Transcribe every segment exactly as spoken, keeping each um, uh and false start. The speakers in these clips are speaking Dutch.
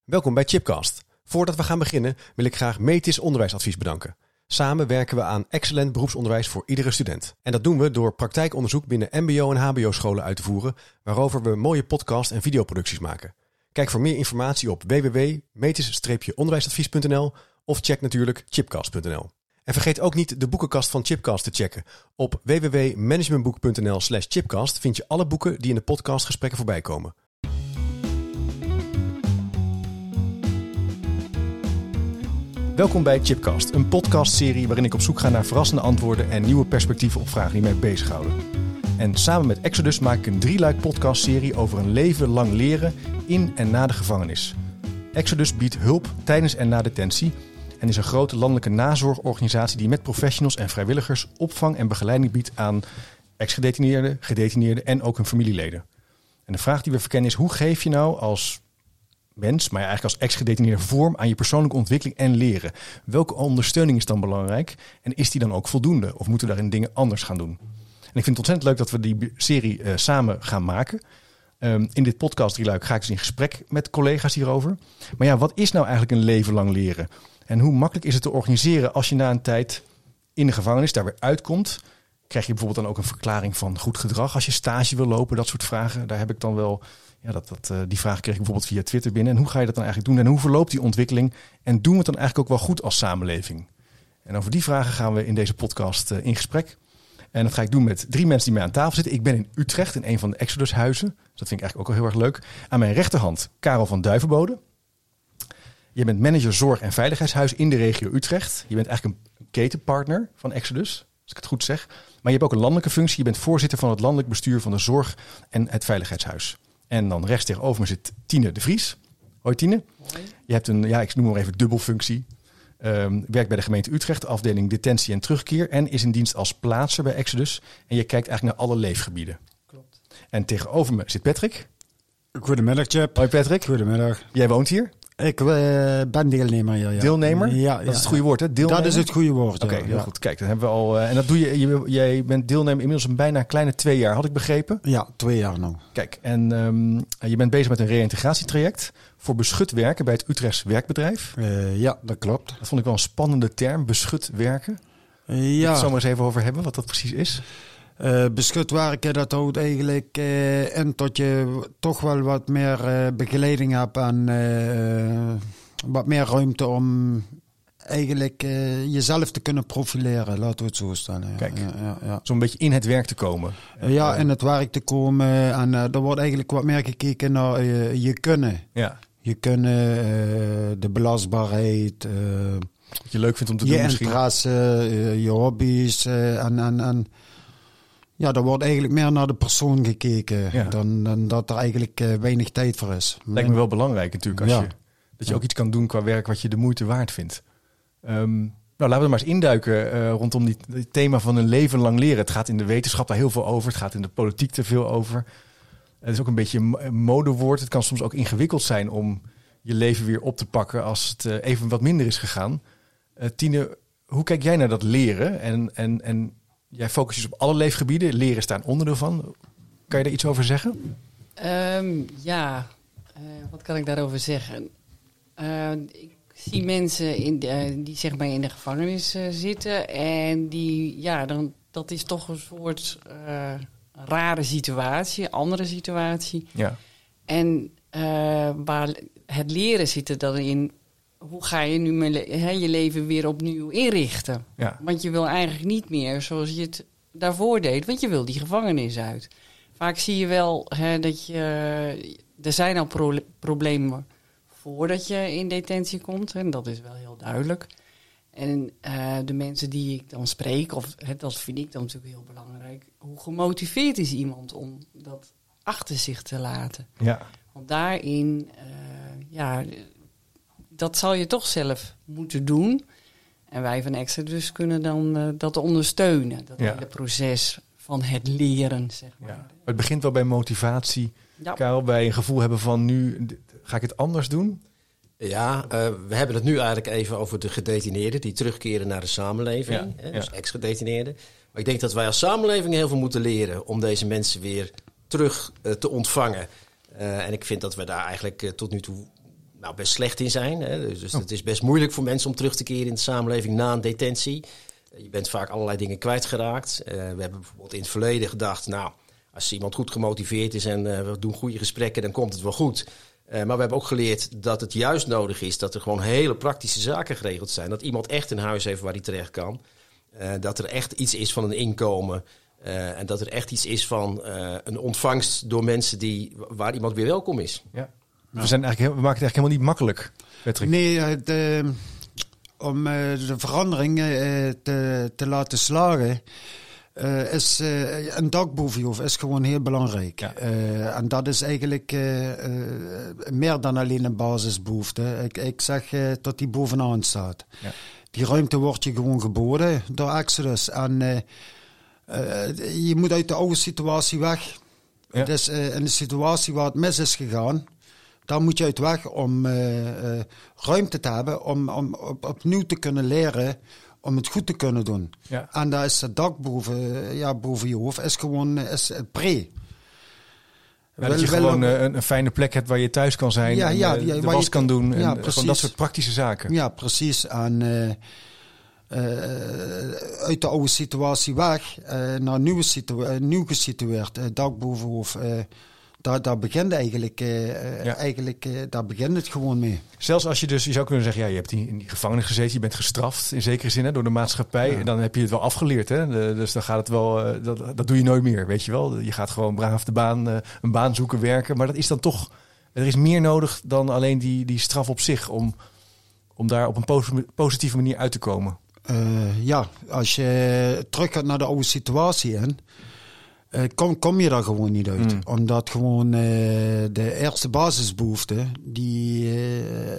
Welkom bij Chipcast. Voordat we gaan beginnen wil ik graag Metis Onderwijsadvies bedanken. Samen werken we aan excellent beroepsonderwijs voor iedere student. En dat doen we door praktijkonderzoek binnen mbo- en hbo-scholen uit te voeren, waarover we mooie podcast- en videoproducties maken. Kijk voor meer informatie op w w w punt metis onderwijsadvies punt n l of check natuurlijk chipcast punt n l. En vergeet ook niet de boekenkast van Chipcast te checken. Op w w w punt managementboek punt n l slash chipcast vind je alle boeken die in de podcastgesprekken voorbij komen. Welkom bij Chipcast, een podcastserie waarin ik op zoek ga naar verrassende antwoorden en nieuwe perspectieven op vragen die mij bezighouden. En samen met Exodus maak ik een drieluik podcastserie over een leven lang leren in en na de gevangenis. Exodus biedt hulp tijdens en na detentie en is een grote landelijke nazorgorganisatie die met professionals en vrijwilligers opvang en begeleiding biedt aan ex-gedetineerden, gedetineerden en ook hun familieleden. En de vraag die we verkennen is: hoe geef je nou als mens, maar eigenlijk als ex-gedetineerde, vorm aan je persoonlijke ontwikkeling en leren? Welke ondersteuning is dan belangrijk? En is die dan ook voldoende? Of moeten we daarin dingen anders gaan doen? En ik vind het ontzettend leuk dat we die serie uh, samen gaan maken. Um, in dit podcast drieluik ga ik dus in gesprek met collega's hierover. Maar ja, wat is nou eigenlijk een leven lang leren? En hoe makkelijk is het te organiseren als je na een tijd in de gevangenis daar weer uitkomt? Krijg je bijvoorbeeld dan ook een verklaring van goed gedrag als je stage wil lopen? Dat soort vragen. Daar heb ik dan wel... Ja, dat, dat, uh, die vraag kreeg ik bijvoorbeeld via Twitter binnen. En hoe ga je dat dan eigenlijk doen? En hoe verloopt die ontwikkeling? En doen we het dan eigenlijk ook wel goed als samenleving? En over die vragen gaan we in deze podcast uh, in gesprek. En dat ga ik doen met drie mensen die mij aan tafel zitten. Ik ben in Utrecht, in een van de Exodus-huizen. Dus dat vind ik eigenlijk ook wel heel erg leuk. Aan mijn rechterhand Karel van Duivenbode. Je bent manager zorg- en veiligheidshuis in de regio Utrecht. Je bent eigenlijk een ketenpartner van Exodus, als ik het goed zeg. Maar je hebt ook een landelijke functie. Je bent voorzitter van het landelijk bestuur van de zorg- en het veiligheidshuis. En dan rechts tegenover me zit Tine de Vries. Hoi Tine. Hoi. Je hebt een, ja, ik noem maar even dubbelfunctie. Um, werkt bij de gemeente Utrecht, afdeling detentie en terugkeer. En is in dienst als plaatser bij Exodus. En je kijkt eigenlijk naar alle leefgebieden. Klopt. En tegenover me zit Patrick. Goedemiddag, Chip. Hoi Patrick. Goedemiddag. Jij woont hier? Ik uh, ben deelnemer, ja. ja. Deelnemer? Ja, dat ja, is het goede woord, hè? Deelnemer? Dat is het goede woord, Oké, ja. heel ja. goed. Kijk, dan hebben we al... Uh, en dat doe je, je... Jij bent deelnemer inmiddels een bijna kleine twee jaar, had ik begrepen? Ja, twee jaar nu. Kijk, en um, je bent bezig met een reïntegratietraject voor beschut werken bij het Utrechts werkbedrijf. Uh, ja, dat klopt. Dat vond ik wel een spannende term, beschut werken. Uh, ja. Moet je het zo maar eens even over hebben, wat dat precies is? Uh, beschut werken, dat houdt eigenlijk uh, in dat je toch wel wat meer uh, begeleiding hebt en uh, wat meer ruimte om eigenlijk uh, jezelf te kunnen profileren, laten we het zo stellen. Ja. Kijk, ja, ja, ja. zo'n beetje in het werk te komen. Uh, ja, in het werk te komen en uh, er wordt eigenlijk wat meer gekeken naar uh, je kunnen. Ja. Je kunnen, uh, de belastbaarheid, uh, wat je leuk vindt om te je doen misschien. Je interesse, uh, je hobby's uh, en... en, en ja, er wordt eigenlijk meer naar de persoon gekeken ja. dan, dan dat er eigenlijk uh, weinig tijd voor is. Lijkt me wel belangrijk natuurlijk, als ja. je, dat je ja. ook iets kan doen qua werk wat je de moeite waard vindt. Um, nou, laten we er maar eens induiken uh, rondom die, die thema van een leven lang leren. Het gaat in de wetenschap daar heel veel over, het gaat in de politiek er veel over. Het is ook een beetje een modewoord. Het kan soms ook ingewikkeld zijn om je leven weer op te pakken als het uh, even wat minder is gegaan. Uh, Tine, hoe kijk jij naar dat leren en... en, en jij focust je op alle leefgebieden. Leren is daar een onderdeel van. Kan je daar iets over zeggen? Um, ja, uh, wat kan ik daarover zeggen? Uh, ik zie mensen in de, die zeg maar in de gevangenis uh, zitten. En die, ja, dan, dat is toch een soort uh, rare situatie, andere situatie. Ja. En uh, waar het leren zit er dan in... Hoe ga je nu me, he, je leven weer opnieuw inrichten? Ja. Want je wil eigenlijk niet meer zoals je het daarvoor deed. Want je wil die gevangenis uit. Vaak zie je wel he, dat je... Er zijn al pro- problemen voordat je in detentie komt. En dat is wel heel duidelijk. En uh, de mensen die ik dan spreek, of he, dat vind ik dan natuurlijk heel belangrijk. Hoe gemotiveerd is iemand om dat achter zich te laten? Ja. Want daarin... Uh, ja... Dat zal je toch zelf moeten doen. En wij van Exodus kunnen dan uh, dat ondersteunen. Dat ja. hele proces van het leren, zeg maar. Ja. Het begint wel bij motivatie. Ja. Karel, bij een gevoel hebben van nu ga ik het anders doen. Ja, uh, we hebben het nu eigenlijk even over de gedetineerden die terugkeren naar de samenleving. Ja. Hè, Ja. dus ex-gedetineerden. Maar ik denk dat wij als samenleving heel veel moeten leren om deze mensen weer terug uh, te ontvangen. Uh, en ik vind dat we daar eigenlijk uh, tot nu toe nou, best slecht in zijn. Hè. Dus, dus Oh. het is best moeilijk voor mensen om terug te keren in de samenleving na een detentie. Je bent vaak allerlei dingen kwijtgeraakt. Uh, we hebben bijvoorbeeld in het verleden gedacht, nou, als iemand goed gemotiveerd is en uh, we doen goede gesprekken, dan komt het wel goed. Uh, maar we hebben ook geleerd dat het juist nodig is dat er gewoon hele praktische zaken geregeld zijn. Dat iemand echt een huis heeft waar hij terecht kan. Uh, dat er echt iets is van een inkomen. Uh, en dat er echt iets is van uh, een ontvangst door mensen die, waar iemand weer welkom is. Ja. We, zijn eigenlijk, we maken het eigenlijk helemaal niet makkelijk, Patrick. Nee, de, om uh, de verandering uh, te, te laten slagen, uh, is uh, een dak boven je hoofd is gewoon heel belangrijk. Ja. Uh, en dat is eigenlijk uh, uh, meer dan alleen een basisbehoefte. Ik, ik zeg uh, dat die bovenaan staat. Ja. Die ruimte wordt je gewoon geboden door Exodus. En uh, uh, je moet uit de oude situatie weg. Ja. Het is uh, in de situatie waar het mis is gegaan. Daar moet je uit weg om uh, uh, ruimte te hebben, om, om op, opnieuw te kunnen leren, om het goed te kunnen doen. Ja. En daar is het dak boven, ja, boven je hoofd, is gewoon is het pre. Ja, dat je wel, gewoon wel, uh, een, een fijne plek hebt waar je thuis kan zijn, ja, en ja, uh, ja, de waar was je, kan doen. Ja, en gewoon dat soort praktische zaken. Ja, precies. En uh, uh, uit de oude situatie weg, uh, naar een nieuwe situa- uh, nieuw gesitueerd, uh, dak boven hoofd. Uh, Daar, daar begint eigenlijk, uh, ja. eigenlijk uh, daar begint het gewoon mee. Zelfs als je dus, je zou kunnen zeggen, ja, je hebt in die gevangenis gezeten, je bent gestraft in zekere zin hè, door de maatschappij. Ja. En dan heb je het wel afgeleerd. Hè? De, dus dan gaat het wel, uh, dat, dat doe je nooit meer, weet je wel. Je gaat gewoon braaf de baan, uh, een baan zoeken, werken. Maar dat is dan toch, er is meer nodig dan alleen die, die straf op zich om, om daar op een pos- positieve manier uit te komen. Uh, ja, als je terug gaat naar de oude situatie in, uh, kom, kom je daar gewoon niet uit. Mm. Omdat gewoon uh, de eerste basisbehoeften, die, uh,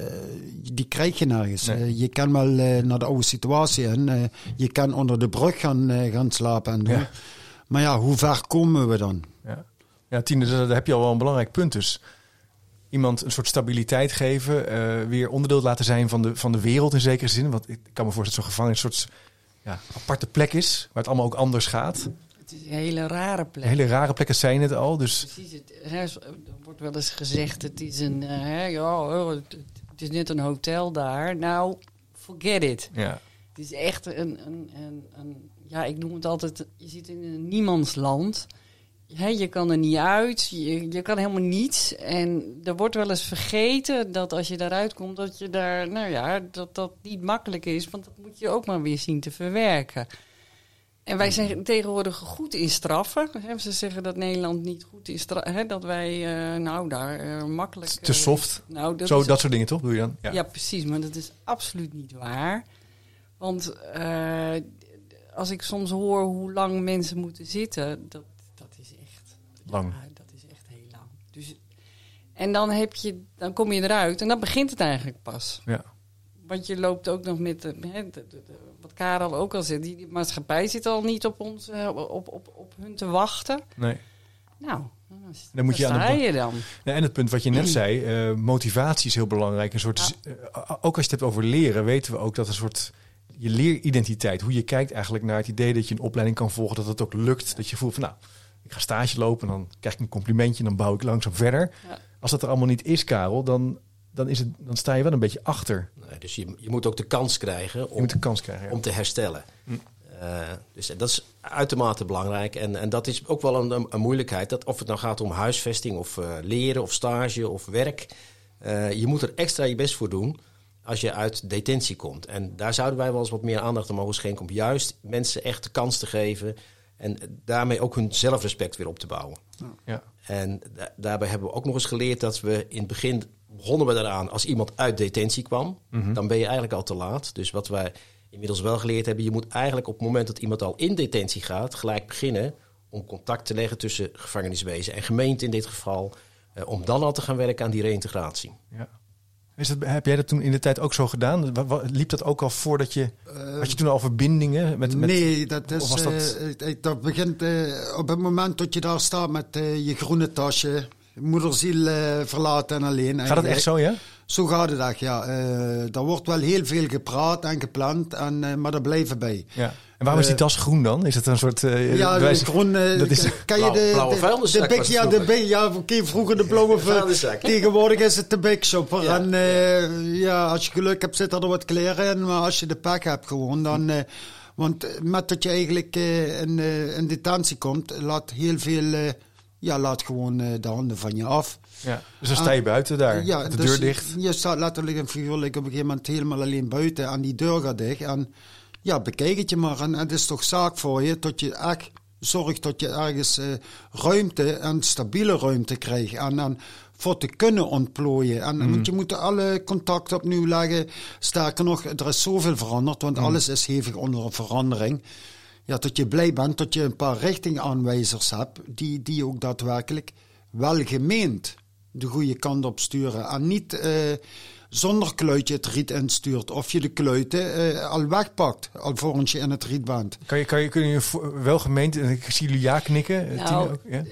die krijg je nergens. Nee. Uh, je kan wel uh, naar de oude situatie in. Uh, je kan onder de brug gaan, uh, gaan slapen en doen. Ja. Maar ja, hoe ver komen we dan? Ja, ja Tine, daar heb je al wel een belangrijk punt dus. Iemand een soort stabiliteit geven, uh, weer onderdeel laten zijn van de, van de wereld in zekere zin. Want ik kan me voorstellen dat zo'n gevangenis een soort ja, aparte plek is, waar het allemaal ook anders gaat. Het is een hele rare plek. Hele rare plekken zijn het al. Dus Precies, het, hè, er wordt wel eens gezegd, het is een, uh, hè, ja, het, het is net een hotel daar. Nou, forget it. ja, Het is echt een, een, een, een ja, ik noem het altijd, je zit in een niemandsland. He, je kan er niet uit, je, je kan helemaal niets. En er wordt wel eens vergeten dat als je daaruit komt, dat je daar, nou ja, dat dat niet makkelijk is. Want dat moet je ook maar weer zien te verwerken. En wij zijn tegenwoordig goed in straffen. He, ze zeggen dat Nederland niet goed in straffen, dat wij, uh, nou, daar uh, makkelijk... te soft. Uh, nou, dat Zo, is, dat soort dingen toch, doe je dan? ja. ja, precies, maar dat is absoluut niet waar. Want uh, als ik soms hoor hoe lang mensen moeten zitten, dat, dat is echt Lang. Ja, dat is echt heel lang. Dus, en dan, heb je, dan kom je eruit en dan begint het eigenlijk pas. Ja. Want je loopt ook nog met, de, de, de, de, wat Karel ook al zei, die, die maatschappij zit al niet op, ons, uh, op, op, op hun te wachten. Nee. Nou, Dan moet je daar aan sta de ba- je dan. Ja, en het punt wat je net zei, uh, motivatie is heel belangrijk. Een soort, Ja. uh, ook als je het hebt over leren, weten we ook dat een soort je leeridentiteit, hoe je kijkt eigenlijk naar het idee dat je een opleiding kan volgen, dat het ook lukt. Dat je voelt van, nou, ik ga stage lopen, dan krijg ik een complimentje en dan bouw ik langzaam verder. Ja. Als dat er allemaal niet is, Karel, dan, dan, is het, dan sta je wel een beetje achter. Nee, dus je, je moet ook de kans krijgen om, je moet de kans krijgen, ja. om te herstellen. Hm. Uh, dus dat is uitermate belangrijk. En, en dat is ook wel een, een, een moeilijkheid. Dat of het nou gaat om huisvesting of uh, leren of stage of werk. Uh, je moet er extra je best voor doen als je uit detentie komt. En daar zouden wij wel eens wat meer aandacht aan mogen schenken, om juist mensen echt de kans te geven en daarmee ook hun zelfrespect weer op te bouwen. Ja. En da- daarbij hebben we ook nog eens geleerd dat we in het begin begonnen we daaraan als iemand uit detentie kwam. Mm-hmm. Dan ben je eigenlijk al te laat. Dus wat wij inmiddels wel geleerd hebben, je moet eigenlijk op het moment dat iemand al in detentie gaat, gelijk beginnen om contact te leggen tussen gevangeniswezen en gemeente in dit geval, uh, om dan al te gaan werken aan die reïntegratie. Ja. Is dat, heb jij dat toen in de tijd ook zo gedaan? Wa- wa- Liep dat ook al voordat je... Uh, had je toen al verbindingen met... met nee, dat is... was dat... Uh, dat begint uh, op het moment dat je daar staat met uh, je groene tasje, moederziel uh, verlaten en alleen. Gaat dat echt zo, ja? zo gaat het echt, ja. Uh, er wordt wel heel veel gepraat en gepland, en, uh, maar er blijven bij. Ja. En waarom is die tas groen dan? Is het een soort... Uh, ja, wijs... groen... Uh, dat is... Kan je de, blauwe vuilniszak de, de big, ja, de big, ja, oké, vroeger de blauwe vuilniszak. Tegenwoordig is het de Big Shopper. Ja, en uh, ja. ja, als je geluk hebt, zitten er wat kleren in. Maar als je de pack hebt gewoon, dan... Uh, want met dat je eigenlijk uh, in, uh, in detentie komt, laat heel veel... Uh, ja, laat gewoon uh, de handen van je af. Ja, dus dan sta je buiten daar, ja, de dus deur dicht. Je staat letterlijk en figuurlijk op een gegeven moment helemaal alleen buiten en die deur gaat dicht. En ja, bekijk het je maar. En het is toch zaak voor je dat je echt zorgt dat je ergens uh, ruimte en stabiele ruimte krijgt. En, en voor te kunnen ontplooien. En, mm. Want je moet alle contacten opnieuw leggen. Sterker nog, er is zoveel veranderd, want mm. alles is hevig onder een verandering. Ja, dat je blij bent dat je een paar richtingaanwijzers hebt die, die ook daadwerkelijk wel gemeend de goede kant op sturen. En niet uh, zonder kluitje het riet instuurt. Of je de kluiten uh, al wegpakt, alvorens je in het riet bent. Kan je, kan je, kun je wel gemeend, en ik zie jullie ja knikken. Nou, ook, ja?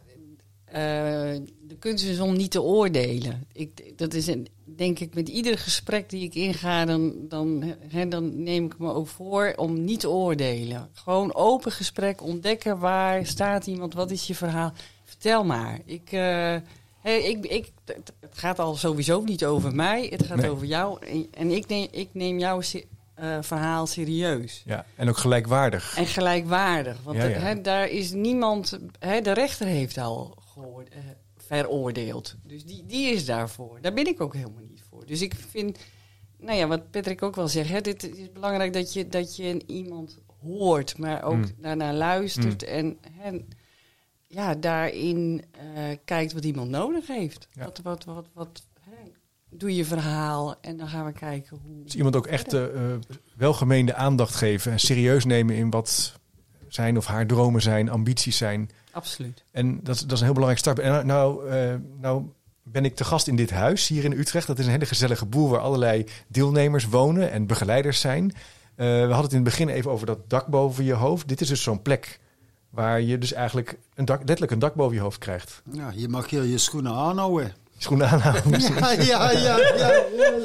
Uh, de kunst is om niet te oordelen. Ik, dat is een, denk ik met ieder gesprek die ik inga, dan, dan, he, dan neem ik me ook voor om niet te oordelen. Gewoon open gesprek, ontdekken waar staat iemand, wat is je verhaal. Vertel maar. Ik, uh, hey, ik, ik, het gaat al sowieso niet over mij, het gaat nee. over jou. En, en ik, neem, ik neem jouw uh, verhaal serieus. Ja, en ook gelijkwaardig. En gelijkwaardig. Want ja, ja. De, he, daar is niemand... He, de rechter heeft al gehoord, uh, veroordeeld. Dus die, die is daarvoor. Daar ben ik ook helemaal niet voor. Dus ik vind... Nou ja, wat Patrick ook wel zegt. Hè, dit is belangrijk dat je, dat je iemand hoort, maar ook mm. daarnaar luistert. Mm. En... He, ja, daarin uh, kijkt wat iemand nodig heeft. Ja. Wat, wat, wat, wat, hè, doe je verhaal en dan gaan we kijken hoe... Dus iemand ook echt uh, welgemeende aandacht geven en serieus nemen in wat zijn of haar dromen zijn, ambities zijn. Absoluut. En dat, dat is een heel belangrijk start. En nou, uh, nou ben ik te gast in dit huis hier in Utrecht. Dat is een hele gezellige boel waar allerlei deelnemers wonen en begeleiders zijn. Uh, we hadden het in het begin even over dat dak boven je hoofd. Dit is dus zo'n plek waar je dus eigenlijk een dak, letterlijk een dak boven je hoofd krijgt. Ja, je mag hier je schoenen aanhouden. Schoenen aanhouden. ja, ja, ja, ja, ja.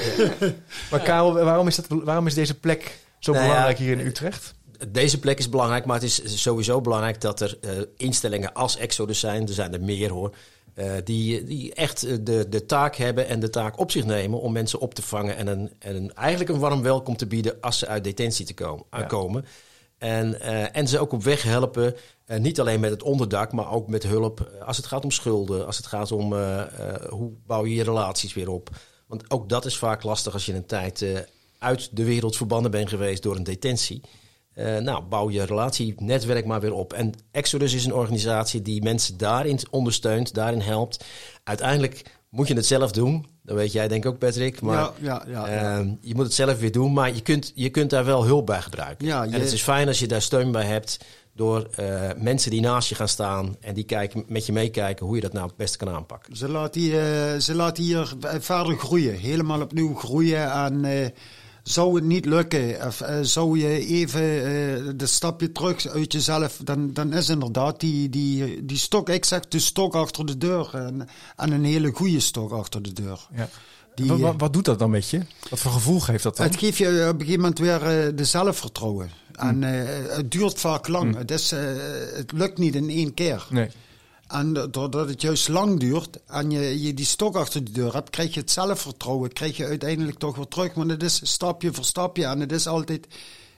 Maar Karel, waarom is, dat, waarom is deze plek zo nou belangrijk ja, hier in Utrecht? Deze plek is belangrijk, maar het is sowieso belangrijk dat er uh, instellingen als Exodus zijn. Er zijn er meer hoor. Uh, die, die echt de, de taak hebben en de taak op zich nemen om mensen op te vangen. En, een, en een, eigenlijk een warm welkom te bieden als ze uit detentie te komen, ja. komen. En, uh, en ze ook op weg helpen, uh, niet alleen met het onderdak, maar ook met hulp uh, als het gaat om schulden, als het gaat om uh, uh, hoe bouw je je relaties weer op. Want ook dat is vaak lastig als je een tijd uh, uit de wereld verbannen bent geweest door een detentie. Uh, nou, bouw je relatienetwerk maar weer op. En Exodus is een organisatie die mensen daarin ondersteunt, daarin helpt. Uiteindelijk moet je het zelf doen. Dat weet jij denk ik ook, Patrick. Maar ja, ja, ja, ja. Uh, je moet het zelf weer doen, maar je kunt, je kunt daar wel hulp bij gebruiken. Ja, je... En het is fijn als je daar steun bij hebt door uh, mensen die naast je gaan staan en die kijken, met je meekijken hoe je dat nou het beste kan aanpakken. Ze laten hier, ze laten hier verder groeien, helemaal opnieuw groeien. En uh, zou het niet lukken, of uh, zou je even uh, de stapje terug uit jezelf, dan, dan is inderdaad die, die, die stok, ik zeg de stok achter de deur. En, en een hele goede stok achter de deur. Ja. Die, wat, wat, wat doet dat dan met je? Wat voor gevoel geeft dat dan? Het geeft je op een gegeven moment weer uh, de zelfvertrouwen. Hmm. En uh, het duurt vaak lang. Hmm. Het, is, uh, het lukt niet in één keer. Nee. En doordat het juist lang duurt en je, je die stok achter de deur hebt, krijg je het zelfvertrouwen, krijg je uiteindelijk toch weer terug. Maar het is stapje voor stapje en het is altijd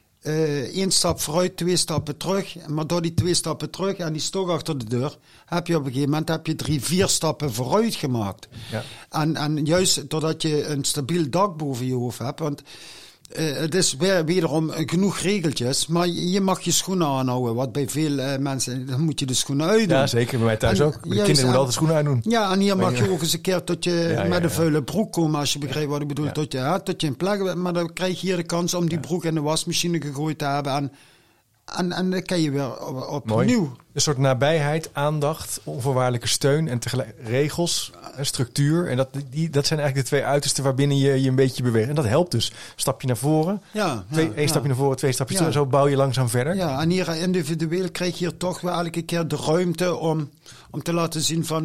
uh, één stap vooruit, twee stappen terug. Maar door die twee stappen terug en die stok achter de deur, heb je op een gegeven moment heb je drie, vier stappen vooruit gemaakt. Ja. En, en juist doordat je een stabiel dak boven je hoofd hebt, want Uh, het is weer, wederom uh, genoeg regeltjes, maar je, je mag je schoenen aanhouden. Wat bij veel uh, mensen, dan moet je de schoenen uitdoen. Ja, zeker. Bij mij thuis en, ook. De kinderen moeten altijd schoenen uitdoen. Ja, en hier mag je ook eens een keer tot je ja, met ja, een vuile broek komen, als je begrijpt wat ik bedoel. Ja. Tot, je, hè, tot je een plek hebt, maar dan krijg je hier de kans om die broek in de wasmachine gegooid te hebben. En, en, en dan kan je weer opnieuw. Een soort nabijheid, aandacht, onvoorwaardelijke steun en tegelijk regels, structuur. En dat, die, dat zijn eigenlijk de twee uitersten waarbinnen je je een beetje beweegt. En dat helpt dus. Stapje naar voren, ja, twee, ja, één ja. stapje naar voren, twee stapjes ja. terug. Zo bouw je langzaam verder. Ja, en hier individueel krijg je hier toch wel elke keer de ruimte om, om te laten zien van...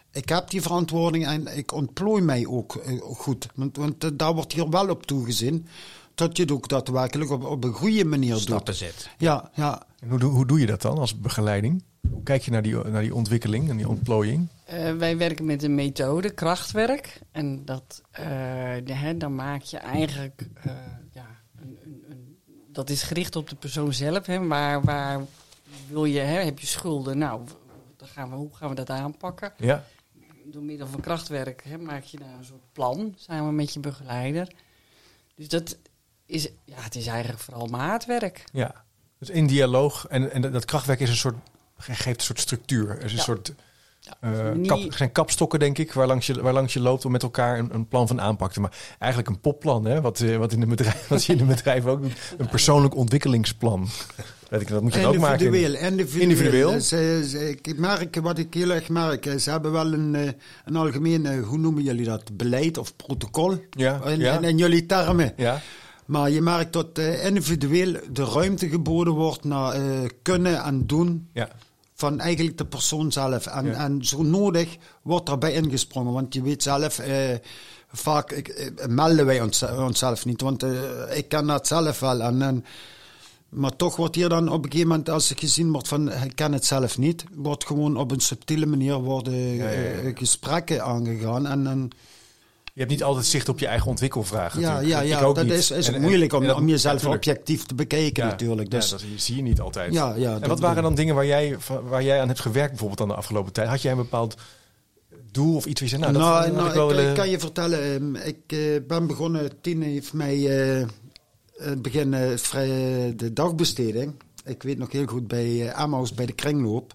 ik heb die verantwoording en ik ontplooi mij ook uh, goed. Want, want uh, daar wordt hier wel op toegezien dat je het ook daadwerkelijk op, op een goede manier Stappen doet. zet. Ja, ja. En hoe, doe- hoe doe je dat dan als begeleiding? Hoe kijk je naar die, naar die ontwikkeling en die ontplooiing? Uh, wij werken met een methode, krachtwerk. En dat, uh, de, hè, dan maak je eigenlijk... Uh, ja, een, een, een, dat is gericht op de persoon zelf. Hè, waar, waar wil je, hè, heb je schulden? Nou, dan gaan we, hoe gaan we dat aanpakken? Ja. Door middel van krachtwerk hè, maak je daar een soort plan, samen met je begeleider. Dus dat is, ja, het is eigenlijk vooral maatwerk. Ja. Dus in dialoog. En, en dat krachtwerk is een soort, geeft een soort structuur. Er is een Ja. soort... Ja, Uh, niet- kap, er zijn kapstokken, denk ik, waar langs je, waar langs je loopt om met elkaar een, een plan van aanpak te maken. Eigenlijk een popplan, hè? Wat, uh, wat, in een bedrijf, wat je in een bedrijf ook doet. Een persoonlijk ontwikkelingsplan. Weet ik, dat moet je ook maken. Individueel, individueel. Individueel. Ze, ze, ik merk, wat ik heel erg merk, ze hebben wel een, eh, een algemeen, eh, hoe noemen jullie dat, beleid of protocol? Ja, in, ja. in, in jullie termen. Ja, Maar je merkt dat uh, individueel de ruimte geboden wordt naar uh, kunnen en doen ja. van eigenlijk de persoon zelf. En, Ja. en zo nodig wordt daarbij ingesprongen. Want je weet zelf, uh, vaak ik, uh, melden wij ons, onszelf niet. Want uh, ik ken dat zelf wel. En, en, maar toch wordt hier dan op een gegeven moment, als er gezien wordt van ik ken het zelf niet, wordt gewoon op een subtiele manier worden Ja, ja, ja. uh, gesprekken aangegaan. En, en Je hebt niet altijd zicht op je eigen ontwikkelvragen. ja, natuurlijk. ja, Ik ja ook dat niet. is, is En- en- moeilijk om, en dat- om jezelf natuurlijk. objectief te bekijken Ja, natuurlijk. Dus, ja, dat zie je niet altijd. ja, ja, En dat- wat waren dan dingen waar jij, waar jij aan hebt gewerkt bijvoorbeeld aan de afgelopen tijd? Had jij een bepaald doel of iets waar je zei, nou, dat nou, had nou, ik wel ik, willen... ik kan je vertellen, ehm, ik eh, ben begonnen, Tien heeft mij eh, het begin eh, vrij, de dagbesteding. Ik weet nog heel goed bij uh, Emmaus, bij de kringloop.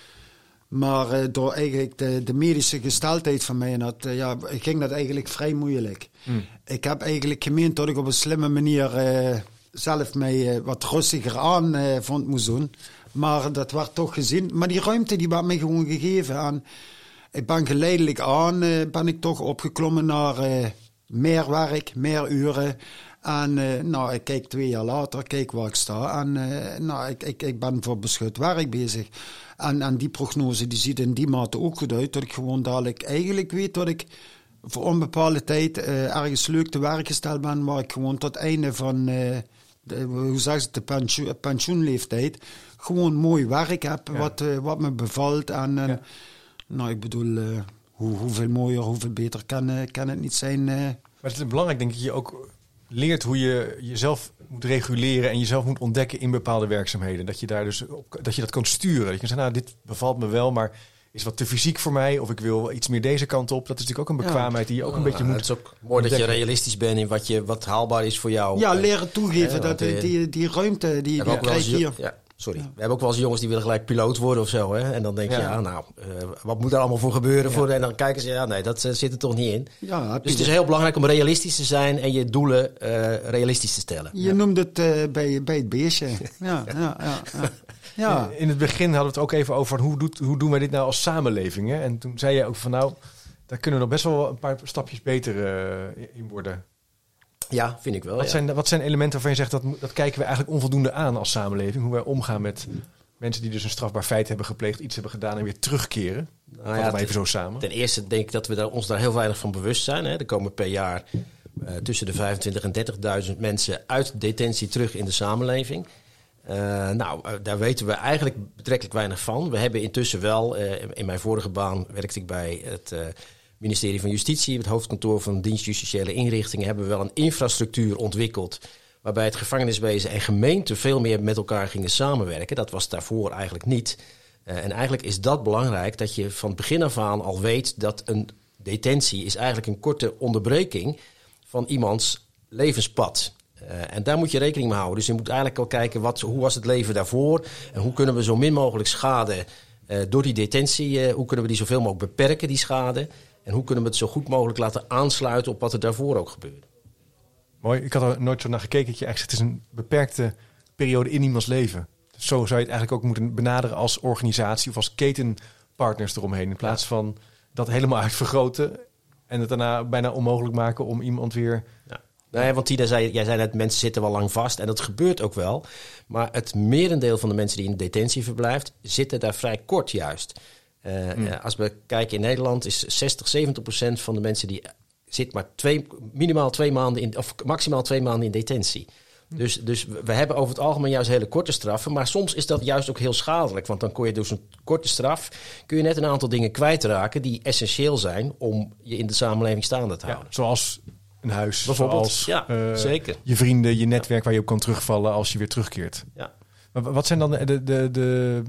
Maar eh, door eigenlijk de, de medische gesteldheid van mij en dat, eh, ja, ging dat eigenlijk vrij moeilijk. Hmm. Ik heb eigenlijk gemeend dat ik op een slimme manier eh, zelf mij eh, wat rustiger aan eh, vond moest doen. Maar dat werd toch gezien. Maar die ruimte die werd mij gewoon gegeven. En ik ben geleidelijk aan, eh, ben ik toch opgeklommen naar eh, meer werk, meer uren. En eh, nou, ik kijk twee jaar later, kijk waar ik sta. En eh, nou, ik, ik, ik ben voor beschut werk bezig. En, en die prognose die ziet in die mate ook goed uit. Dat ik gewoon dadelijk eigenlijk weet dat ik voor onbepaalde tijd eh, ergens leuk te werk gesteld ben. Waar ik gewoon tot het einde van, eh, de, hoe zeg je het, de pensioen, pensioenleeftijd gewoon mooi werk heb. Ja. Wat, eh, wat me bevalt. En, en Ja. nou, ik bedoel, eh, hoe, hoeveel mooier, hoeveel beter kan, eh, kan het niet zijn. eh. Maar het is belangrijk, denk ik, dat je ook leert hoe je jezelf moet reguleren en jezelf moet ontdekken in bepaalde werkzaamheden. Dat je daar dus op, dat je dat kan sturen. Dat je kan zeggen, nou, dit bevalt me wel, maar is wat te fysiek voor mij, of ik wil iets meer deze kant op. Dat is natuurlijk ook een bekwaamheid die je ook een beetje Ja, moet... Het is ook mooi dat je ontdekken. realistisch bent in wat, je, wat haalbaar is voor jou. Ja, En- leren toegeven Ja, dat want, eh, eh, die, die ruimte die, We die hebben ook wel krijg eens, je jo- hier. ja, sorry. We hebben ook wel eens jongens die willen gelijk piloot worden of zo. Hè? En dan denk je, Ja. ja, nou, uh, wat moet daar allemaal voor gebeuren? Voor, en dan kijken ze, ja, nee, dat uh, zit er toch niet in. Ja, heb Dus je, het is heel belangrijk om realistisch te zijn en je doelen uh, realistisch te stellen. je noemt het uh, bij, bij het beestje. Ja, ja, ja. ja, ja. ja. In, in het begin hadden we het ook even over hoe, doet, hoe doen wij dit nou als samenleving. Hè? En toen zei je ook van nou, daar kunnen we nog best wel een paar stapjes beter uh, in worden. Ja, vind ik wel. Wat, ja. zijn, wat zijn elementen waarvan je zegt dat, dat kijken we eigenlijk onvoldoende aan als samenleving? Hoe wij omgaan met mensen die dus een strafbaar feit hebben gepleegd, iets hebben gedaan en weer terugkeren. Nou ja, dat maar even zo samen. Ten eerste denk ik dat we daar, ons daar heel weinig van bewust zijn. Hè. Er komen per jaar uh, tussen de vijfentwintig en dertigduizend mensen uit detentie terug in de samenleving. Uh, nou, uh, daar weten we eigenlijk betrekkelijk weinig van. We hebben intussen wel, uh, in mijn vorige baan werkte ik bij het uh, ministerie van Justitie, het hoofdkantoor van dienst justitiële inrichtingen, hebben we wel een infrastructuur ontwikkeld waarbij het gevangeniswezen en gemeente veel meer met elkaar gingen samenwerken. Dat was daarvoor eigenlijk niet. Uh, en eigenlijk is dat belangrijk, dat je van het begin af aan al weet dat een detentie is eigenlijk een korte onderbreking van iemands levenspad. Uh, en daar moet je rekening mee houden. Dus je moet eigenlijk al kijken, wat, hoe was het leven daarvoor? En hoe kunnen we zo min mogelijk schade uh, door die detentie, uh, hoe kunnen we die zoveel mogelijk beperken, die schade? En hoe kunnen we het zo goed mogelijk laten aansluiten op wat er daarvoor ook gebeurde? Mooi, ik had er nooit zo naar gekeken. Dat je eigenlijk zegt, het is een beperkte periode in iemands leven. Dus zo zou je het eigenlijk ook moeten benaderen als organisatie of als ketenpartners eromheen. In plaats van dat helemaal uitvergroten en het daarna bijna onmogelijk maken om iemand weer... Ja. Nee, want Tina zei, jij zei net, mensen zitten wel lang vast. En dat gebeurt ook wel. Maar het merendeel van de mensen die in detentie verblijft, zitten daar vrij kort juist. Uh, Mm. uh, als we kijken in Nederland is zestig, zeventig procent van de mensen die zit maar twee, minimaal twee maanden in, of maximaal twee maanden in detentie. Mm. Dus, dus we hebben over het algemeen juist hele korte straffen, maar soms is dat juist ook heel schadelijk, want dan kun je dus een korte straf kun je net een aantal dingen kwijtraken die essentieel zijn om je in de samenleving staande te houden. Ja, zoals een huis, Bijvoorbeeld, zoals ja, uh, zeker. je vrienden, je netwerk waar je op kan terugvallen als je weer terugkeert. Ja. Maar wat zijn dan de, de, de, de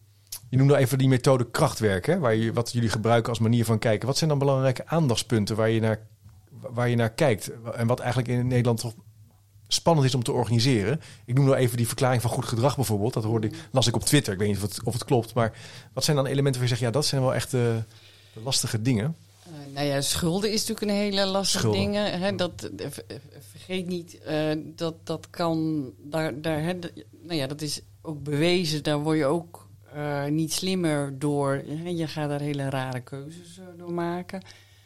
je noemde even die methode krachtwerk, hè, waar je, wat jullie gebruiken als manier van kijken. Wat zijn dan belangrijke aandachtspunten waar je naar, waar je naar kijkt en wat eigenlijk in Nederland toch spannend is om te organiseren? Ik noem nou even die verklaring van goed gedrag bijvoorbeeld. Dat hoorde ik, las ik op Twitter. Ik weet niet of het, of het klopt, maar wat zijn dan elementen waar je zegt, ja, dat zijn wel echt de, de lastige dingen? Uh, nou ja, schulden is natuurlijk een hele lastige Schulden. ding. Hè, dat, uh, vergeet niet, uh, dat dat kan, daar, daar, hè, d- nou ja, dat is ook bewezen. Daar word je ook uh, niet slimmer door. Hè, je gaat daar hele rare keuzes uh, door maken.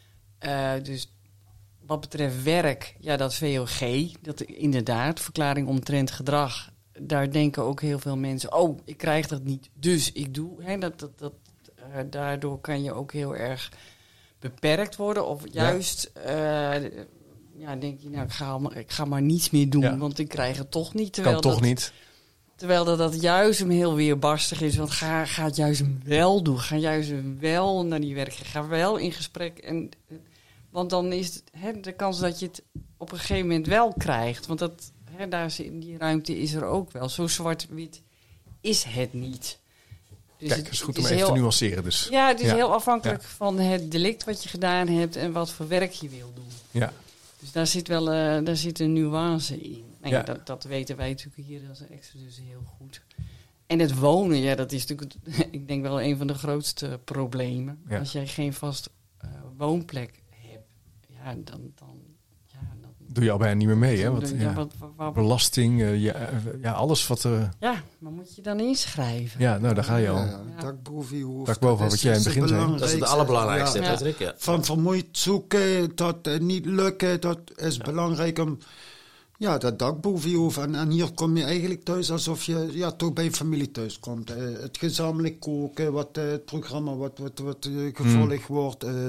Uh, dus wat betreft werk, ja, dat V O G, dat inderdaad, verklaring omtrent gedrag. Daar denken ook heel veel mensen, oh, ik krijg dat niet, dus ik doe. Hè, dat, dat, dat, uh, daardoor kan je ook heel erg beperkt worden. Of juist, ja, uh, ja denk je, nou, ik ga, maar, ik ga maar niets meer doen, ja. want ik krijg het toch niet. Kan Terwijl toch dat, niet. Terwijl dat, dat juist hem heel weerbarstig is. Want ga, ga het juist hem wel doen. Ga juist hem wel naar die werk. Ga wel in gesprek. En, want dan is het, hè, de kans dat je het op een gegeven moment wel krijgt. Want dat, hè, daar is, die ruimte is er ook wel. Zo zwart-wit is het niet. Dus Kijk, het is goed om even heel, te nuanceren. Dus. Ja, het is ja. heel afhankelijk ja. van het delict wat je gedaan hebt en wat voor werk je wil doen. Ja. Dus daar zit wel uh, daar zit een nuance in. Nou, ja. ja. dat, dat weten wij natuurlijk hier als Exodus heel goed. En het wonen, ja, dat is natuurlijk, ik denk wel een van de grootste problemen. Ja. Als jij geen vast uh, woonplek hebt, ja, dan, dan doe je al bijna niet meer mee, hè? Wat, ja, ja. wat, wat, wat, belasting, uh, ja, ja, alles wat... Uh... Ja, maar moet je dan inschrijven? Ja, nou, daar ga je al. Ja, ja. Dakbovenhoofd. Dakboven, wat jij in het begin zei. Dat is het allerbelangrijkste, ja. Patrick. Ja. Van vermoeid zoeken tot uh, niet lukken, dat is ja. belangrijk om... Ja, dat dak boven je hoofd. En, en hier kom je eigenlijk thuis alsof je ja, toch bij familie thuis komt. Uh, het gezamenlijk koken, wat, uh, het programma wat, wat, wat uh, gevolgd hmm. wordt... Uh,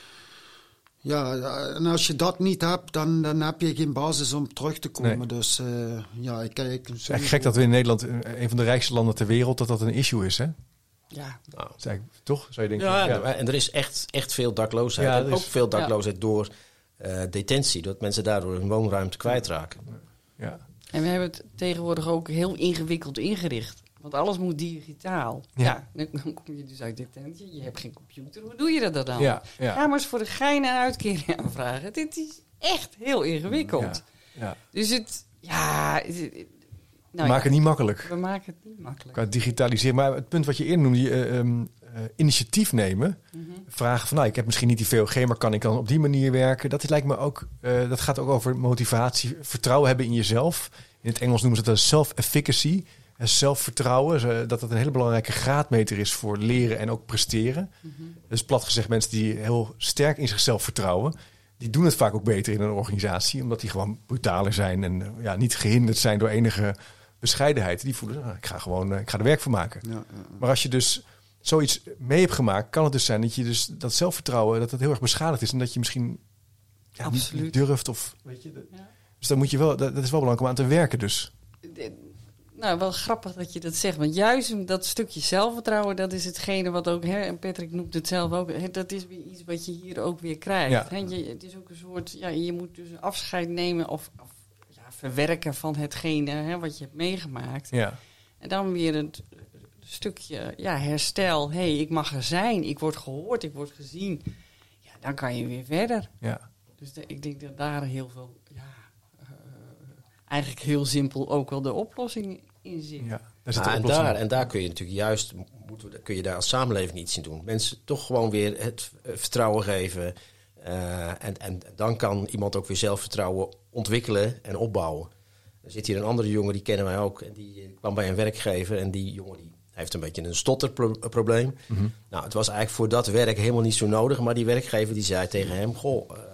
Ja, en als je dat niet hebt, dan, dan heb je geen basis om terug te komen. Nee. Dus uh, ja, ik kijk... Het is eigenlijk gek dat we in Nederland, een van de rijkste landen ter wereld, dat dat een issue is, hè? Ja. Nou, toch, zou je denken? Ja, ja. En er is echt, echt veel dakloosheid. Ja, en ook is, veel dakloosheid ja. door uh, detentie. Dat mensen daardoor hun woonruimte kwijtraken. Ja. En we hebben het tegenwoordig ook heel ingewikkeld ingericht. Want alles moet digitaal. Ja. ja, dan kom je dus uit detentie. Je hebt geen computer. Hoe doe je dat dan? Ja, ja. ja maar eens voor de gein en uitkering aanvragen. Dit is echt heel ingewikkeld. Ja, ja. Dus het... Ja... Het, nou we maken ja, het niet makkelijk. We maken het niet makkelijk. Qua digitaliseren. Maar het punt wat je eerder noemde, uh, um, uh, initiatief nemen. Mm-hmm. Vragen van, nou, ik heb misschien niet die V O G, maar kan ik dan op die manier werken? Dat is, lijkt me ook... Uh, dat gaat ook over motivatie, vertrouwen hebben in jezelf. In het Engels noemen ze dat self-efficacy. En zelfvertrouwen, dat dat een hele belangrijke graadmeter is voor leren en ook presteren. Mm-hmm. Dus plat gezegd, mensen die heel sterk in zichzelf vertrouwen, die doen het vaak ook beter in een organisatie, omdat die gewoon brutaler zijn en ja, niet gehinderd zijn door enige bescheidenheid. Die voelen, nou, ik ga gewoon, ik ga er werk van maken. Ja, ja, ja. Maar als je dus zoiets mee hebt gemaakt, kan het dus zijn dat je dus dat zelfvertrouwen, dat het heel erg beschadigd is en dat je misschien ja, niet, niet durft of weet je. De, ja. Dus dan moet je wel, dat, dat is wel belangrijk om aan te werken dus. De, Nou, wel grappig dat je dat zegt. Want juist dat stukje zelfvertrouwen, dat is hetgene wat ook... Hè, en Patrick noemt het zelf ook. Hè, dat is weer iets wat je hier ook weer krijgt. Ja. Hè, je, het is ook een soort... Ja, je moet dus afscheid nemen of, of ja, verwerken van hetgene hè, wat je hebt meegemaakt. Ja. En dan weer een stukje ja, herstel. Hé, hey, ik mag er zijn. Ik word gehoord. Ik word gezien. Ja, dan kan je weer verder. Ja. Dus de, ik denk dat daar heel veel... Ja, eigenlijk heel simpel ook wel de oplossing in zit. Ja, daar ah, en, daar, en daar kun je natuurlijk juist, moeten we, kun je daar als samenleving iets in doen. Mensen toch gewoon weer het vertrouwen geven. Uh, en, en dan kan iemand ook weer zelfvertrouwen ontwikkelen en opbouwen. Er zit hier een andere jongen, die kennen wij ook. En die kwam bij een werkgever en die jongen die heeft een beetje een stotterprobleem. Mm-hmm. Nou, het was eigenlijk voor dat werk helemaal niet zo nodig. Maar die werkgever die zei tegen hem, goh... Uh,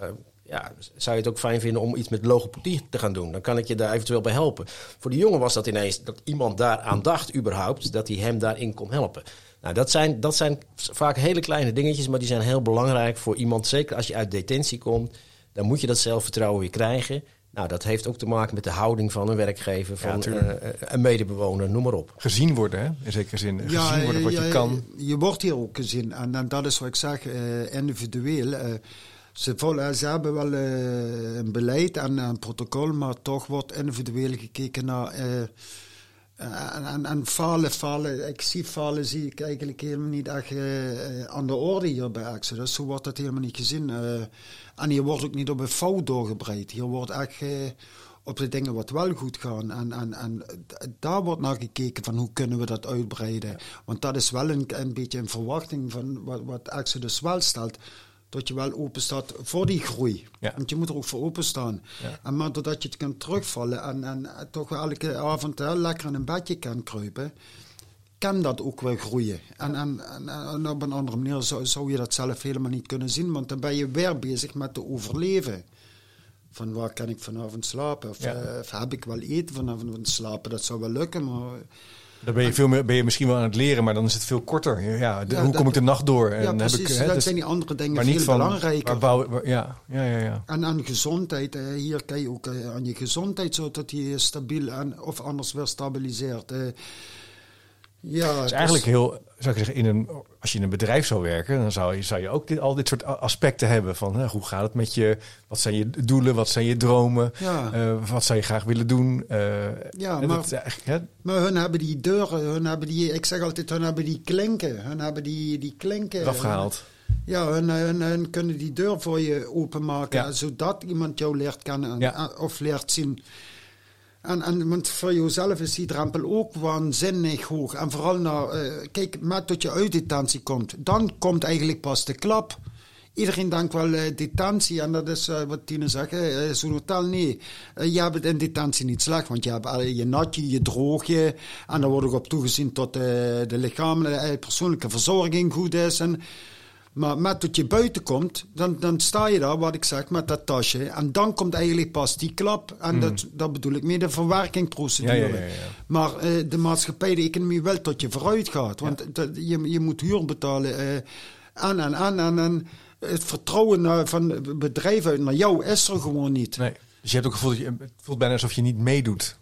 ja, zou je het ook fijn vinden om iets met logopedie te gaan doen? Dan kan ik je daar eventueel bij helpen. Voor die jongen was dat ineens dat iemand daar aan dacht überhaupt, dat hij hem daarin kon helpen. Nou, dat zijn, dat zijn vaak hele kleine dingetjes, maar die zijn heel belangrijk voor iemand. Zeker als je uit detentie komt, dan moet je dat zelfvertrouwen weer krijgen. Nou, dat heeft ook te maken met de houding van een werkgever, van ja, uh, een medebewoner, noem maar op. Gezien worden, hè? In zekere zin. Ja, gezien worden wat ja, je kan. Je wordt hier ook gezien. En, en dat is wat ik zeg, uh, individueel. Uh, ze, volgen, ze hebben wel uh, een beleid en een protocol, maar toch wordt individueel gekeken naar... Uh, En, en, en falen, falen, ik zie falen, zie ik eigenlijk helemaal niet echt uh, aan de orde hier bij Exodus. Zo wordt dat helemaal niet gezien. Uh, en hier wordt ook niet op een fout doorgebreid. Hier wordt echt uh, op de dingen wat wel goed gaan. En, en, en daar wordt naar gekeken van hoe kunnen we dat uitbreiden. Want dat is wel een, een beetje een verwachting van wat, wat Exodus wel stelt. Dat je wel open staat voor die groei. Ja. Want je moet er ook voor openstaan. Ja. En maar doordat je het kunt terugvallen en, en toch wel elke avond hè, lekker in een bedje kan kruipen, kan dat ook wel groeien. En, en, en, en op een andere manier zou, zou je dat zelf helemaal niet kunnen zien, want dan ben je weer bezig met te overleven. Van waar kan ik vanavond slapen? Of, ja. uh, of heb ik wel eten vanavond slapen? Dat zou wel lukken, maar... Dan ben je, veel meer, ben je misschien wel aan het leren, maar dan is het veel korter. Ja, de, ja, hoe kom dat, ik de nacht door? En ja, precies. Heb ik, hè, dat dus, zijn die andere dingen maar veel niet van, belangrijker. Waar bouw, waar, ja, ja, ja, ja. En aan gezondheid. Hier kan je ook aan je gezondheid, zodat je stabiel en, of anders weer stabiliseert. Ja, het is eigenlijk heel, zou ik zeggen, in een, als je in een bedrijf zou werken, dan zou je, zou je ook dit, al dit soort aspecten hebben. Van hè, hoe gaat het met je? Wat zijn je doelen? Wat zijn je dromen? Ja. Uh, wat zou je graag willen doen? Uh, ja, maar, dat, hè? maar hun hebben die deuren, hun hebben die, ik zeg altijd, hun hebben die klinken. Hun hebben die, die klinken. Afgehaald. Ja, hun, hun, hun kunnen die deur voor je openmaken, ja. zodat iemand jou leert kennen ja. of leert zien. En, en want voor jezelf is die drempel ook waanzinnig hoog. En vooral naar, uh, kijk, met tot je uit detentie komt. Dan komt eigenlijk pas de klap. Iedereen denkt wel uh, detentie, en dat is uh, wat Tine zegt, uh, zo'n hotel, nee. Uh, je hebt het in detentie niet slecht, want je hebt uh, je natje, je droogje. En daar wordt ook op toegezien tot uh, de lichamelijke, uh, persoonlijke verzorging goed is. En, maar met tot je buiten komt, dan, dan sta je daar, wat ik zeg, met dat tasje. En dan komt eigenlijk pas die klap. En mm. dat, dat bedoel ik mee, de verwerkingsprocedure. Ja, ja, ja, ja. Maar uh, de maatschappij, de economie wil dat je vooruit gaat. Want ja. dat, je, je moet huur betalen. Uh, en, en, en, en, en het vertrouwen uh, van bedrijven naar jou is er gewoon niet. Nee. Dus je hebt ook het gevoel dat je, het voelt bijna alsof je niet meedoet.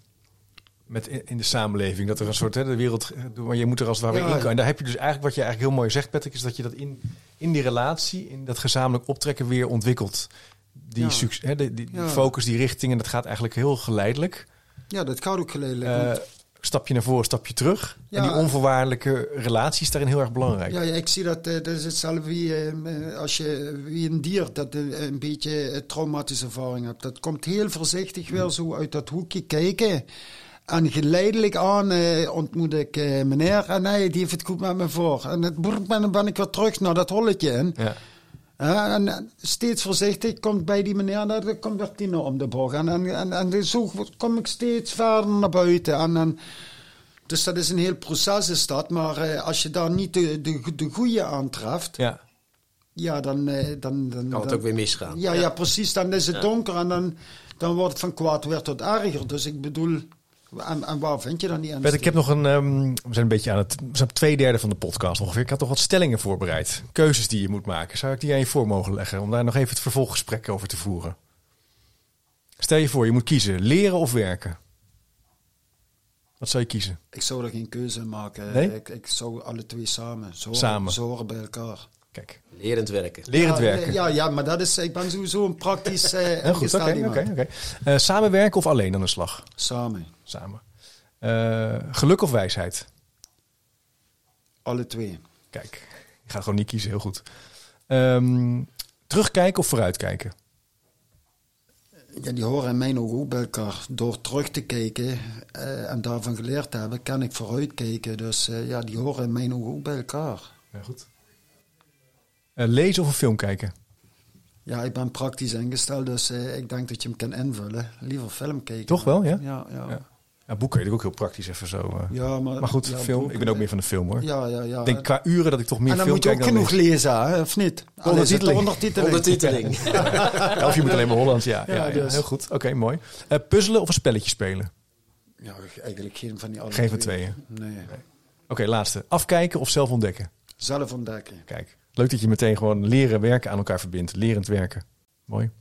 Met in de samenleving, dat er een soort, hè, de wereld, maar je moet er als het ware ja, in komen. En daar heb je dus eigenlijk, wat je eigenlijk heel mooi zegt, Patrick, is dat je dat in, in die relatie, in dat gezamenlijk optrekken weer ontwikkelt. Die, ja. succes, hè, die, die, ja. die focus, die richting, en dat gaat eigenlijk heel geleidelijk. Ja, dat gaat ook geleidelijk. Uh, stapje naar voren, stapje terug. Ja. En die onvoorwaardelijke relatie is daarin heel erg belangrijk. Ja, ja ik zie dat, uh, dat is hetzelfde wie, uh, als je, wie een dier dat uh, een beetje uh, traumatische ervaring hebt. Dat komt heel voorzichtig weer zo uit dat hoekje kijken. En geleidelijk aan uh, ontmoet ik uh, meneer. En nee, die heeft het goed met me voor. En dan ben ik weer terug naar dat holletje in. Ja. Uh, en, en steeds voorzichtig komt bij die meneer. Dan komt weer Tine om de bocht. En, en, en, en zo kom ik steeds verder naar buiten. En, en, dus dat is een heel proces is dat. Maar uh, als je daar niet de, de, de goede aantreft... Ja. Ja, dan, uh, dan, dan... Kan het dan, ook weer misgaan. Ja, ja. ja, precies. Dan is het ja. donker. En dan, dan wordt het van kwaad weer tot erger. Dus ik bedoel... En, en waar vind je dan die Bert, ik heb nog een... Um, we zijn een beetje aan het... We zijn op twee derde van de podcast ongeveer. Ik had toch wat stellingen voorbereid. Keuzes die je moet maken. Zou ik die aan je voor mogen leggen? Om daar nog even het vervolggesprek over te voeren. Stel je voor, je moet kiezen. Leren of werken? Wat zou je kiezen? Ik zou er geen keuze in maken. Nee? Ik, ik zou alle twee samen. Zo samen. Ze horen bij elkaar. Kijk. Lerend werken. Lerend ja, werken. Ja, ja, maar dat is... Ik ben sowieso een praktisch uh, Heel goed, oké. Okay, okay, okay. uh, samenwerken of alleen aan de slag? Samen. Samen. Uh, geluk of wijsheid? Alle twee. Kijk, je gaat gewoon niet kiezen, heel goed. Um, terugkijken of vooruitkijken? Ja, die horen in mijn ogen ook bij elkaar. Door terug te kijken uh, en daarvan geleerd te hebben, kan ik vooruitkijken. Dus uh, ja, die horen in mijn ogen ook bij elkaar. Ja, goed. Uh, lezen of een film kijken? Ja, ik ben praktisch ingesteld, dus uh, ik denk dat je hem kan invullen. Liever film kijken. Toch wel, ja? Ja, ja. ja. Ja, boeken weet ik ook heel praktisch even zo. Uh. Ja, maar, maar goed, ja, film. boeken, Ik ben ook meer van de film hoor. Ja, ja, ja. Ik denk qua uren dat ik toch meer en dan film moet je kijk ook dan genoeg lees. lezen, hè, of niet? Ondertiteling. Ondertiteling. Ondertiteling. Ja, of je moet alleen maar Hollands, ja. ja, Ja, ja, dus. heel goed. Oké, okay, mooi. Uh, puzzelen of een spelletje spelen? Ja, eigenlijk geen van die alle Geen van twee. tweeën? Nee. nee. Oké, okay, laatste. Afkijken of zelf ontdekken? Zelf ontdekken. Kijk, leuk dat je meteen gewoon leren werken aan elkaar verbindt. Lerend werken. Mooi.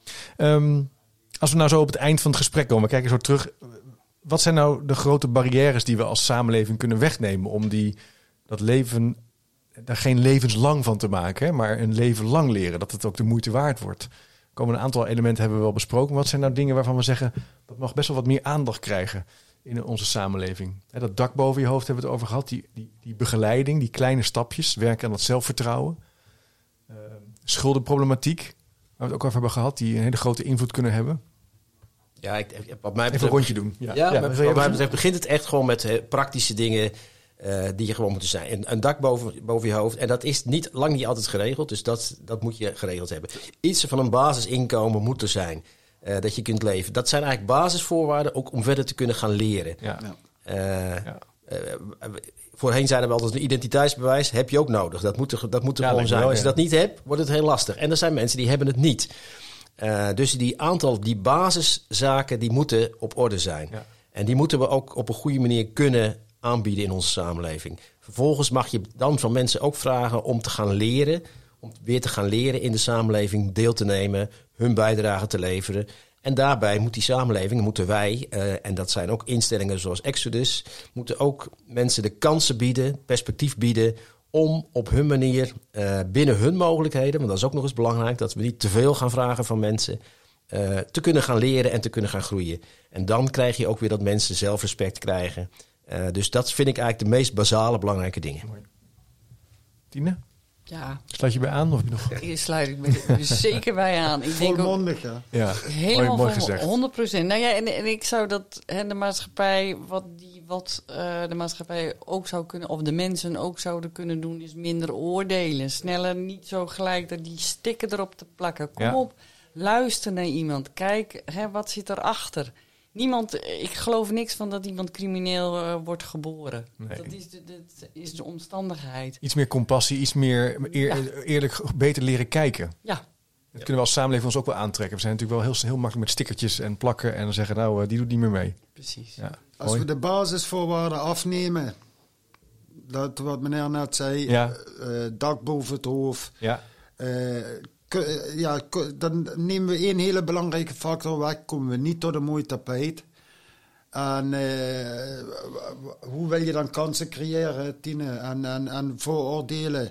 Um, als we nou zo op het eind van het gesprek komen, we kijken zo terug. Wat zijn nou de grote barrières die we als samenleving kunnen wegnemen om die, dat leven, daar geen levenslang van te maken, hè, maar een leven lang leren, dat het ook de moeite waard wordt? Er komen een aantal elementen hebben we wel besproken. Wat zijn nou dingen waarvan we zeggen, dat mag best wel wat meer aandacht krijgen in onze samenleving? Hè, dat dak boven je hoofd hebben we het over gehad, die, die, die begeleiding, die kleine stapjes, werken aan dat zelfvertrouwen. Uh, schuldenproblematiek, waar we het ook over hebben gehad, die een hele grote invloed kunnen hebben. Ja, ik, wat mij betreft, even een rondje doen. Ja, ja, ja, wat ja, mij betreft begint het echt gewoon met uh, praktische dingen uh, die je gewoon moeten zijn. Een, een dak boven, boven je hoofd. En dat is niet, lang niet altijd geregeld, dus dat, dat moet je geregeld hebben. Iets van een basisinkomen moet er zijn, uh, dat je kunt leven. Dat zijn eigenlijk basisvoorwaarden ook om verder te kunnen gaan leren. Ja. Uh, ja. Uh, voorheen zeiden we altijd een identiteitsbewijs heb je ook nodig. Dat moet er, dat moet er Ja, gewoon zijn. wel, Als je ja. dat niet hebt, wordt het heel lastig. En er zijn mensen die hebben het niet. Uh, dus die aantal, die basiszaken, die moeten op orde zijn. Ja. En die moeten we ook op een goede manier kunnen aanbieden in onze samenleving. Vervolgens mag je dan van mensen ook vragen om te gaan leren, om weer te gaan leren in de samenleving, deel te nemen, hun bijdrage te leveren. En daarbij moet die samenleving, moeten wij, uh, en dat zijn ook instellingen zoals Exodus, moeten ook mensen de kansen bieden, perspectief bieden, om op hun manier, uh, binnen hun mogelijkheden, want dat is ook nog eens belangrijk, dat we niet te veel gaan vragen van mensen, uh, te kunnen gaan leren en te kunnen gaan groeien. En dan krijg je ook weer dat mensen zelfrespect krijgen. Uh, dus dat vind ik eigenlijk de meest basale belangrijke dingen. Mooi. Tine? Ja. Sluit je bij aan? Of heb je nog... Hier sluit ik me er zeker bij aan. Ik denk ook Volmondig, ja. Ja, helemaal mooi, mooi van gezegd. honderd procent. Nou ja, en, en ik zou dat hè, de maatschappij, wat, die, wat uh, de maatschappij ook zou kunnen, of de mensen ook zouden kunnen doen, is minder oordelen. Sneller niet zo gelijk dat die stikken erop te plakken. Kom Ja. op, luister naar iemand. Kijk, hè, wat zit erachter? Niemand, ik geloof niks van dat iemand crimineel uh, wordt geboren. Nee. Dat is de, dat is de omstandigheid. Iets meer compassie, iets meer eer, Ja. eerlijk beter leren kijken. Ja, Dat kunnen we als samenleving ons ook wel aantrekken. We zijn natuurlijk wel heel, heel makkelijk met stickertjes en plakken en dan zeggen, nou, uh, die doet niet meer mee. precies. Ja, Als mooi. we de basisvoorwaarden afnemen, dat wat meneer net zei, Ja. uh, dak boven het hoofd, Ja, uh, k- ja, k- dan nemen we één hele belangrijke factor weg, komen we niet tot een mooi tapijt. En uh, hoe wil je dan kansen creëren, Tine, en, en, en vooroordelen?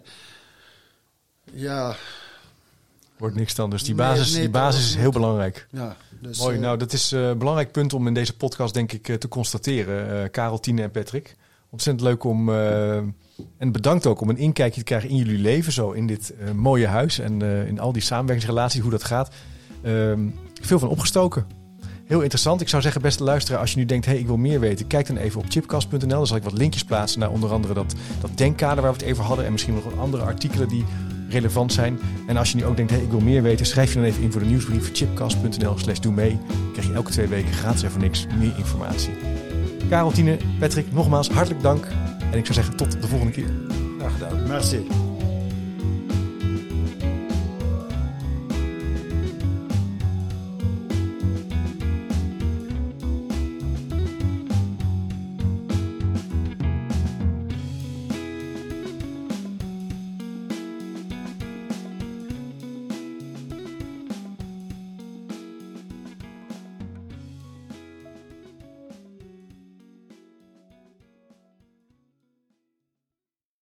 Ja, wordt niks dan. Dus die Nee, basis, nee, die basis dat is niet. heel belangrijk. ja. Dus, Mooi, uh, nou dat is uh, een belangrijk punt om in deze podcast denk ik uh, te constateren. Uh, Karel, Tine en Patrick. Ontzettend leuk om, uh, en bedankt ook om een inkijkje te krijgen in jullie leven. Zo in dit uh, mooie huis en uh, in al die samenwerkingsrelaties, hoe dat gaat. Uh, veel van opgestoken. Heel interessant. Ik zou zeggen, beste luisteraar, als je nu denkt, hey, ik wil meer weten, kijk dan even op chipcast punt n l. Dan zal ik wat linkjes plaatsen naar onder andere dat, dat denkkader waar we het even hadden en misschien nog wat andere artikelen die relevant zijn. En als je nu ook denkt, hey, ik wil meer weten, schrijf je dan even in voor de nieuwsbrief chipcast punt n l slash doe mee. Dan krijg je elke twee weken gratis en voor niks meer informatie. Karel, Tine, Patrick, nogmaals hartelijk dank. En ik zou zeggen, tot de volgende keer. Graag gedaan. merci.